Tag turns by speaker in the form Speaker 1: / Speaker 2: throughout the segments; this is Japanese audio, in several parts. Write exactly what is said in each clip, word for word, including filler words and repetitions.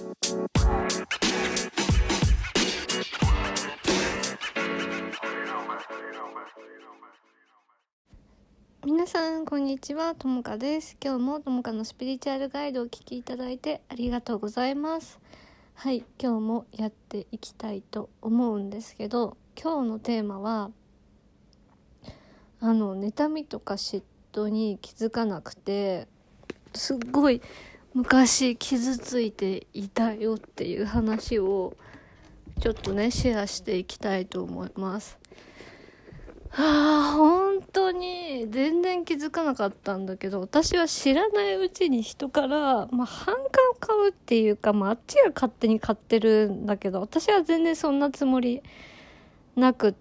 Speaker 1: 皆さんこんにちは、ともかです。今日もともかのスピリチュアルガイドをお聞きいただいてありがとうございます。はい、今日もやっていきたいと思うんですけど、今日のテーマはあの妬みとか嫉妬に気づかなくてすっごい昔傷ついていたよっていう話をちょっとねシェアしていきたいと思います。はあ、本当に全然気づかなかったんだけど、私は知らないうちに人から、まあ、反感を買うっていうか、まあ、あっちが勝手に買ってるんだけど、私は全然そんなつもりなくって、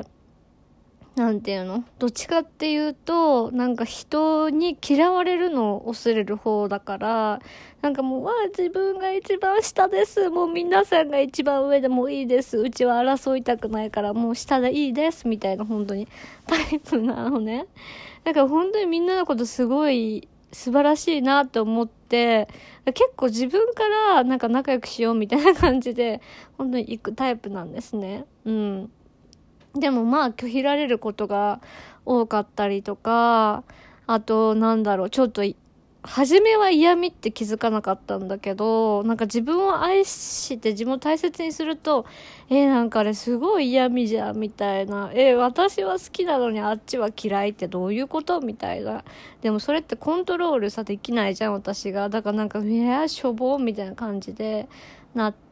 Speaker 1: なんていうの、どっちかっていうとなんか人に嫌われるのを恐れる方だから、なんかもうわあ自分が一番下です、もう皆さんが一番上でもいいです、うちは争いたくないからもう下でいいですみたいな、本当にタイプなのね。だから本当にみんなのことすごい素晴らしいなと思って、結構自分からなんか仲良くしようみたいな感じで本当に行くタイプなんですね。うんでもまあ拒否られることが多かったりとか、あとなんだろう、ちょっと初めは嫌味って気づかなかったんだけど、なんか自分を愛して自分を大切にすると、えー、なんかあれすごい嫌味じゃんみたいな、えー、私は好きなのにあっちは嫌いってどういうことみたいな。でもそれってコントロールさできないじゃん私が。だからなんかいやしょぼみたいな感じでなって、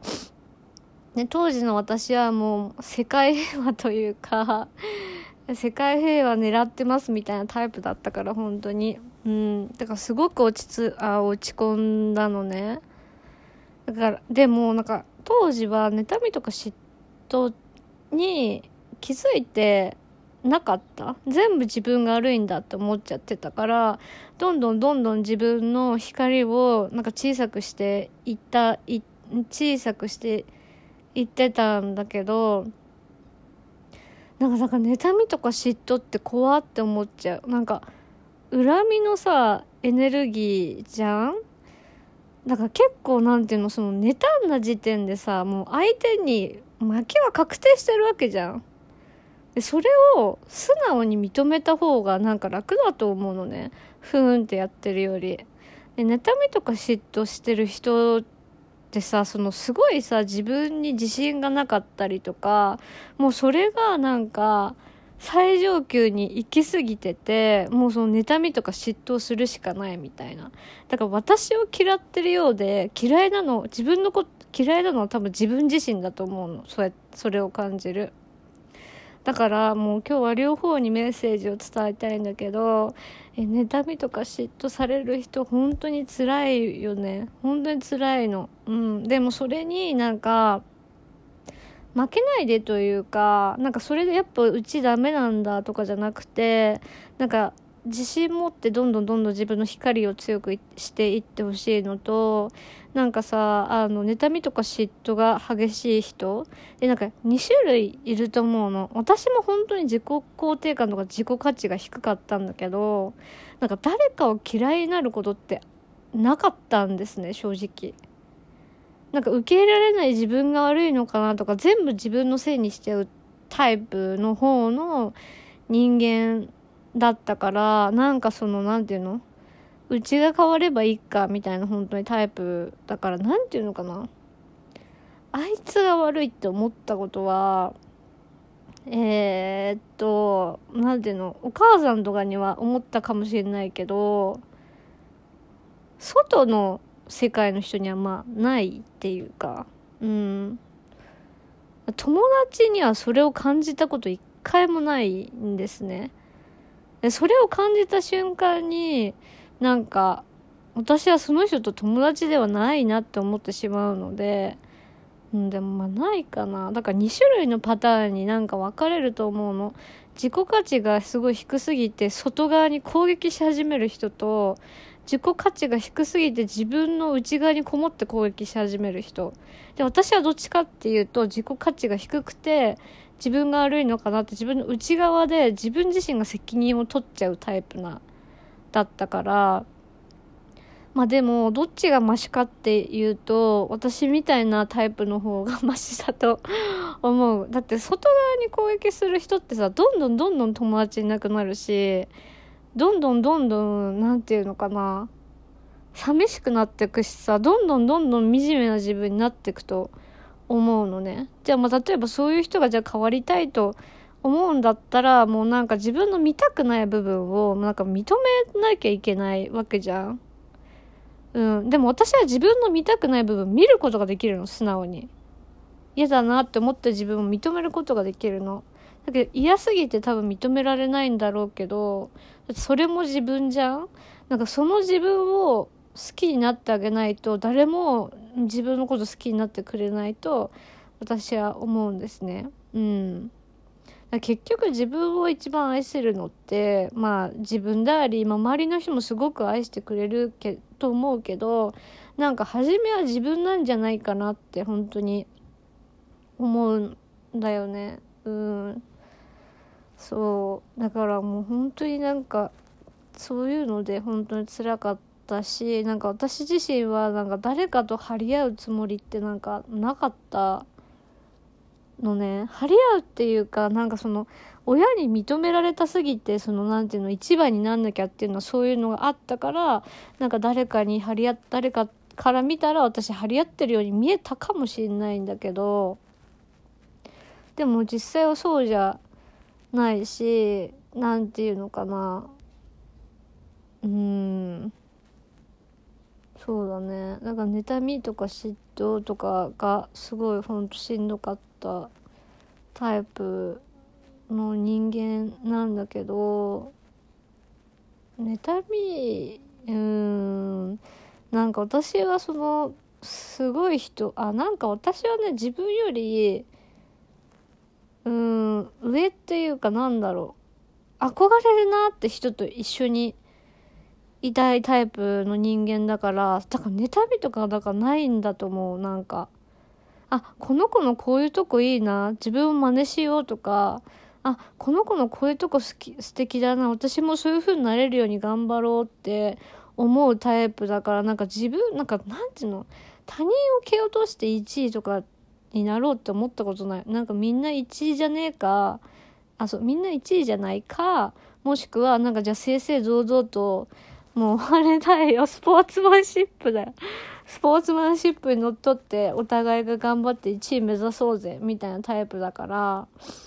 Speaker 1: ね、当時の私はもう世界平和というか世界平和狙ってますみたいなタイプだったから、本当にうんだからすごく落ちつあ落ち込んだのね。だからでもなんか当時は妬みとか嫉妬に気づいてなかった。全部自分が悪いんだって思っちゃってたから、どんどんどんどん自分の光をなんか小さくしていったい小さくして言ってたんだけど、なんかなんか妬みとか嫉妬って怖って思っちゃう。なんか恨みのさエネルギーじゃん。だから結構なんていうの、その妬んだ時点でさ、もう相手に負けは確定してるわけじゃん。でそれを素直に認めた方がなんか楽だと思うのね、ふーんってやってるより。で妬みとか嫉妬してる人ってでさ、そのすごいさ自分に自信がなかったりとか、もうそれがなんか最上級に行き過ぎてて、もうその妬みとか嫉妬するしかないみたいな。だから私を嫌ってるようで、嫌いなの自分のこと嫌いなのは多分自分自身だと思うの。それそれを感じる。だからもう今日は両方にメッセージを伝えたいんだけど、え妬みとか嫉妬される人本当に辛いよね。本当に辛いの。うん。でもそれになんか負けないでというか、なんかそれでやっぱうちダメなんだとかじゃなくて、なんか自信持ってどんどんどんどん自分の光を強くしていってほしいのと、なんかさ、あの妬みとか嫉妬が激しい人でなんかに種類いると思うの。私も本当に自己肯定感とか自己価値が低かったんだけど、なんか誰かを嫌いになることってなかったんですね、正直。なんか受け入れられない自分が悪いのかなとか、全部自分のせいにしちゃうタイプの方の人間だったから、なんかそのなんていうの、うちが変わればいいかみたいな本当にタイプだから、なんていうのかな、あいつが悪いって思ったことはえー、っとなんていうの、お母さんとかには思ったかもしれないけど、外の世界の人にはまあないっていうか、うん友達にはそれを感じたこと一回もないんですね。でそれを感じた瞬間になんか私はその人と友達ではないなって思ってしまうので、うん、でもまあないかな。だからに種類のパターンになんか分かれると思うの。自己価値がすごい低すぎて外側に攻撃し始める人と、自己価値が低すぎて自分の内側にこもって攻撃し始める人で、私はどっちかっていうと自己価値が低くて自分が悪いのかなって、自分の内側で自分自身が責任を取っちゃうタイプなだったから、 まあでもどっちがマシかっていうと、私みたいなタイプの方がマシだと思う。だって外側に攻撃する人ってさ、どんどんどんどん友達いなくなるし、どんどんどんどんなんていうのかな、寂しくなっていくしさ、どんどんどんどん惨めな自分になっていくと思うのね。じゃあまあ例えばそういう人がじゃあ変わりたいと思うんだったら、もうなんか自分の見たくない部分をなんか認めなきゃいけないわけじゃん。うん。でも私は自分の見たくない部分見ることができるの、素直に。嫌だなって思った自分を認めることができるの。だけど嫌すぎて多分認められないんだろうけど、それも自分じゃん。なんかその自分を好きになってあげないと、誰も自分のこと好きになってくれないと私は思うんですね。うん。結局自分を一番愛せるのってまあ自分であり、まあ、周りの人もすごく愛してくれるけと思うけど、なんか初めは自分なんじゃないかなって本当に思うんだよね。うん。そうだからもう本当になんかそういうので本当に辛かったし、なんか私自身はなんか誰かと張り合うつもりってなんかなかったのね。張り合うっていうか、なんかその親に認められたすぎて、そのなんていうの、一番になんなきゃっていうのはそういうのがあったから、なんか誰かに張り合っ誰かから見たら私張り合ってるように見えたかもしれないんだけど、でも実際はそうじゃないし、なんていうのかな、うーんそうだね。なんか妬みとか嫉妬とかがすごいほんとしんどかったタイプの人間なんだけど、妬みうーんなんか私はそのすごい人、あなんか私はね、自分よりうーん上っていうか、なんだろう、憧れるなって人と一緒にいたいタイプの人間だから、だから妬みとかだからないんだと思う。なんかあこの子のこういうとこいいな、自分を真似しようとか、あこの子のこういうとこ好き素敵だな、私もそういう風になれるように頑張ろうって思うタイプだから、なんか自分なんかなんていうの、他人を蹴落としていちいとかになろうって思ったことない。なんかみんないちいじゃねえか、あそうみんないちいじゃないか、もしくはなんかじゃあ正々堂々ともうあれだよ、スポーツマンシップだよ。スポーツマンシップにのっとってお互いが頑張っていちい目指そうぜみたいなタイプだから、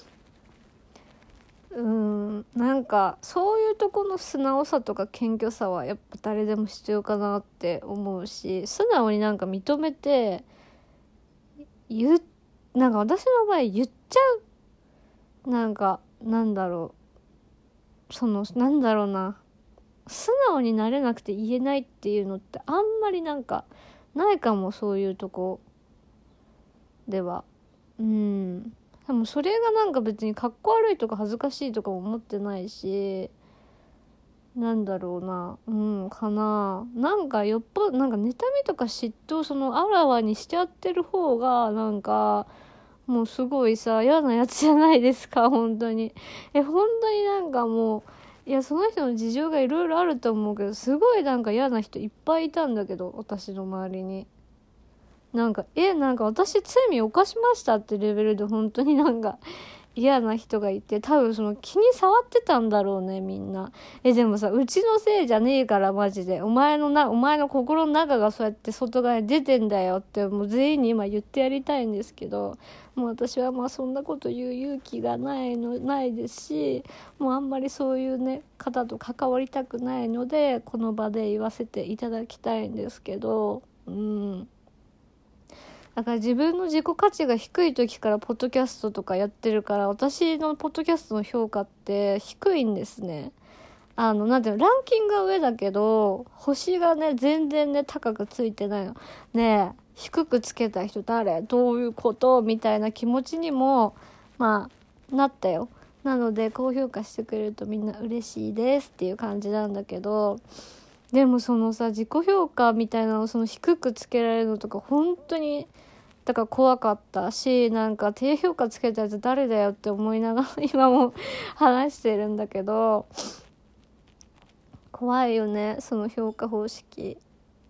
Speaker 1: うーんなんかそういうとこの素直さとか謙虚さはやっぱ誰でも必要かなって思うし、素直になんか認めて言う、なんか私の場合言っちゃう、なんかなんだろう、そのなんだろうな、素直になれなくて言えないっていうのってあんまりなんかないかも、そういうとこでは。うんでもそれがなんか別にかっこ悪いとか恥ずかしいとかも思ってないし、なんだろうな、うんかな、なんかよっぽどなんか妬みとか嫉妬をそのあらわにしちゃってる方がなんかもうすごいさ嫌なやつじゃないですか、本当に。え本当になんかもう、いやその人の事情がいろいろあると思うけど、すごいなんか嫌な人いっぱいいたんだけど、私の周りに。なんかえなんか私罪を犯しましたってレベルで本当になんか嫌な人がいて、多分その気に障ってたんだろうね、みんな。えでもさ、うちのせいじゃねえからマジで、お前のなお前の心の中がそうやって外側に出てんだよってもう全員に今言ってやりたいんですけど、もう私はまあそんなこと言う勇気がないのないですし、もうあんまりそういうね方と関わりたくないので、この場で言わせていただきたいんですけど、うんだから自分の自己価値が低い時からポッドキャストとかやってるから、私のポッドキャストの評価って低いんですね。あのなんていうの、ランキングは上だけど星がね全然ね高くついてないのね。え低くつけた人誰、どういうことみたいな気持ちにもまあなったよ。なので高評価してくれるとみんな嬉しいですっていう感じなんだけど、でもそのさ自己評価みたいなのをその低くつけられるのとか本当にだから怖かったし、なんか低評価つけたやつ誰だよって思いながら今も話してるんだけど、怖いよねその評価方式。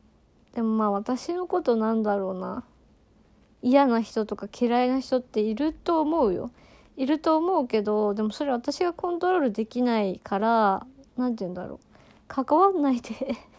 Speaker 1: でもまあ私のことなんだろうな、嫌な人とか嫌いな人っていると思うよ。いると思うけど、でもそれ私がコントロールできないから、なんて言うんだろう、関わんないで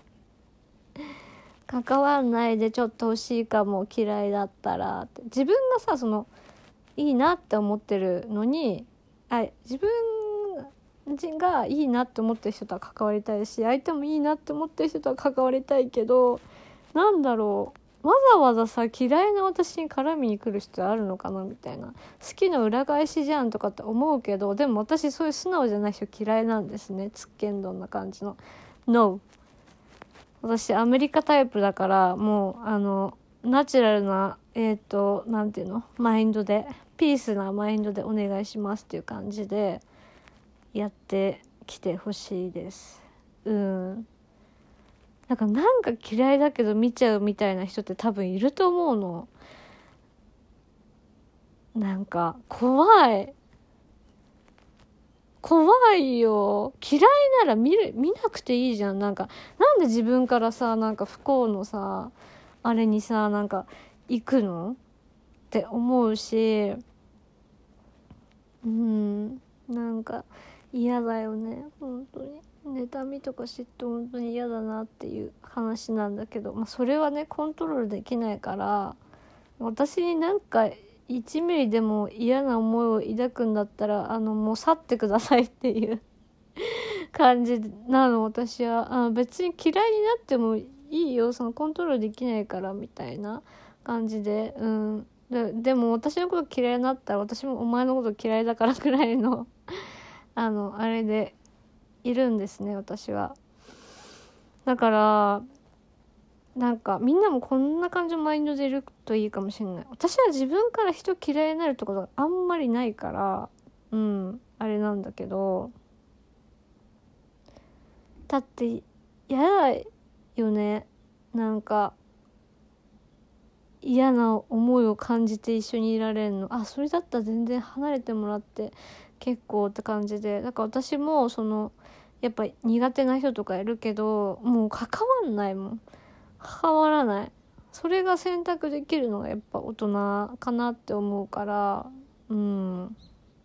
Speaker 1: 関わんないでちょっと欲しいかも、嫌いだったらって。自分がさ、そのいいなって思ってるのに、あ、自分がいいなって思ってる人とは関わりたいし、相手もいいなって思ってる人とは関わりたいけど、なんだろう、わざわざさ嫌いな私に絡みに来る人あるのかなみたいな、好きの裏返しじゃんとかって思うけど、でも私そういう素直じゃない人嫌いなんですね。つっけんどんな感じの ノー。 私アメリカタイプだから、もうあのナチュラルなえっとなんていうの、マインドで、ピースなマインドでお願いしますっていう感じでやってきてほしいです。うんなんかなんか嫌いだけど見ちゃうみたいな人って多分いると思うの。なんか怖い怖いよ。嫌いなら見る見なくていいじゃん。なんかなんで自分からさ、なんか不幸のさあれにさ、なんか行くのって思うし、うんなんか嫌だよね本当に。妬みとか嫉妬本当に嫌だなっていう話なんだけど、まあ、それはねコントロールできないから、私になんかいちミリでも嫌な思いを抱くんだったら、あのもう去ってくださいっていう感じなの。私はあ別に嫌いになってもいいよ、そのコントロールできないからみたいな感じで、うんで, でも私のこと嫌いになったら、私もお前のこと嫌いだからくらいのあのあれでいるんですね、私は。だからなんかみんなもこんな感じのマインドでいるといいかもしれない。私は自分から人嫌いになるってことがあんまりないから、うんあれなんだけど、だって嫌だよね。なんか嫌な思いを感じて一緒にいられるの、あそれだったら全然離れてもらって結構って感じで、だから私もそのやっぱ苦手な人とかいるけど、もう関わんないもん、関わらない。それが選択できるのがやっぱ大人かなって思うから、うん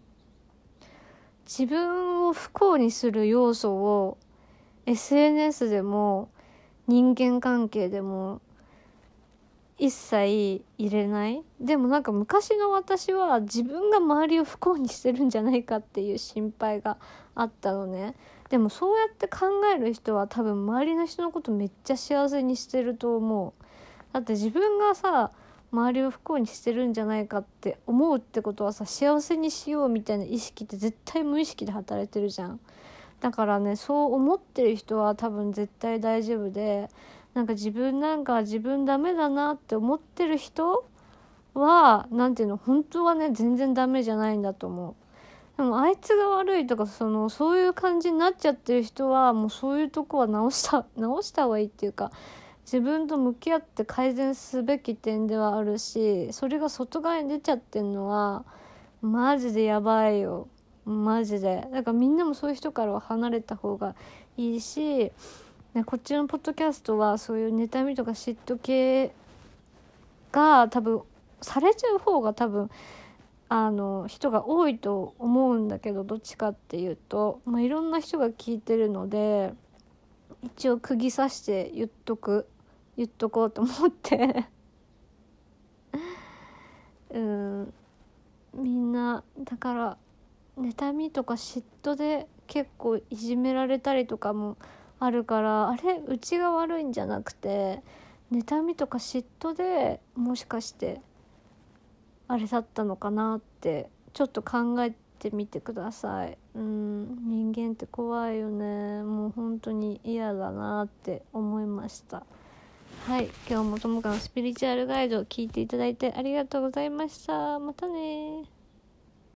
Speaker 1: 自分を不幸にする要素を エスエヌエス でも人間関係でも一切入れない。でもなんか昔の私は自分が周りを不幸にしてるんじゃないかっていう心配があったのね。でもそうやって考える人は多分周りの人のことめっちゃ幸せにしてると思う。だって自分がさ周りを不幸にしてるんじゃないかって思うってことはさ、幸せにしようみたいな意識って絶対無意識で働いてるじゃん。だからね、そう思ってる人は多分絶対大丈夫で、なんか自分なんか自分ダメだなって思ってる人はなんていうの、本当はね全然ダメじゃないんだと思う。でもあいつが悪いとか、そのそういう感じになっちゃってる人はもうそういうとこは直した直した方がいいっていうか、自分と向き合って改善すべき点ではあるし、それが外側に出ちゃってんのはマジでやばいよ、マジで。だからみんなもそういう人からは離れた方がいいし、ね、こっちのポッドキャストはそういう妬みとか嫉妬系が多分されちゃう方が多分あの人が多いと思うんだけど、どっちかっていうと、まあ、いろんな人が聞いてるので一応釘刺して言っとく言っとこうと思ってうんみんなだから妬みとか嫉妬で結構いじめられたりとかもあるから、あれうちが悪いんじゃなくて妬みとか嫉妬でもしかしてあれだったのかなってちょっと考えてみてください。うん人間って怖いよね。もう本当に嫌だなって思いました。はい、今日もともかのスピリチュアルガイドを聞いていただいてありがとうございました。またね。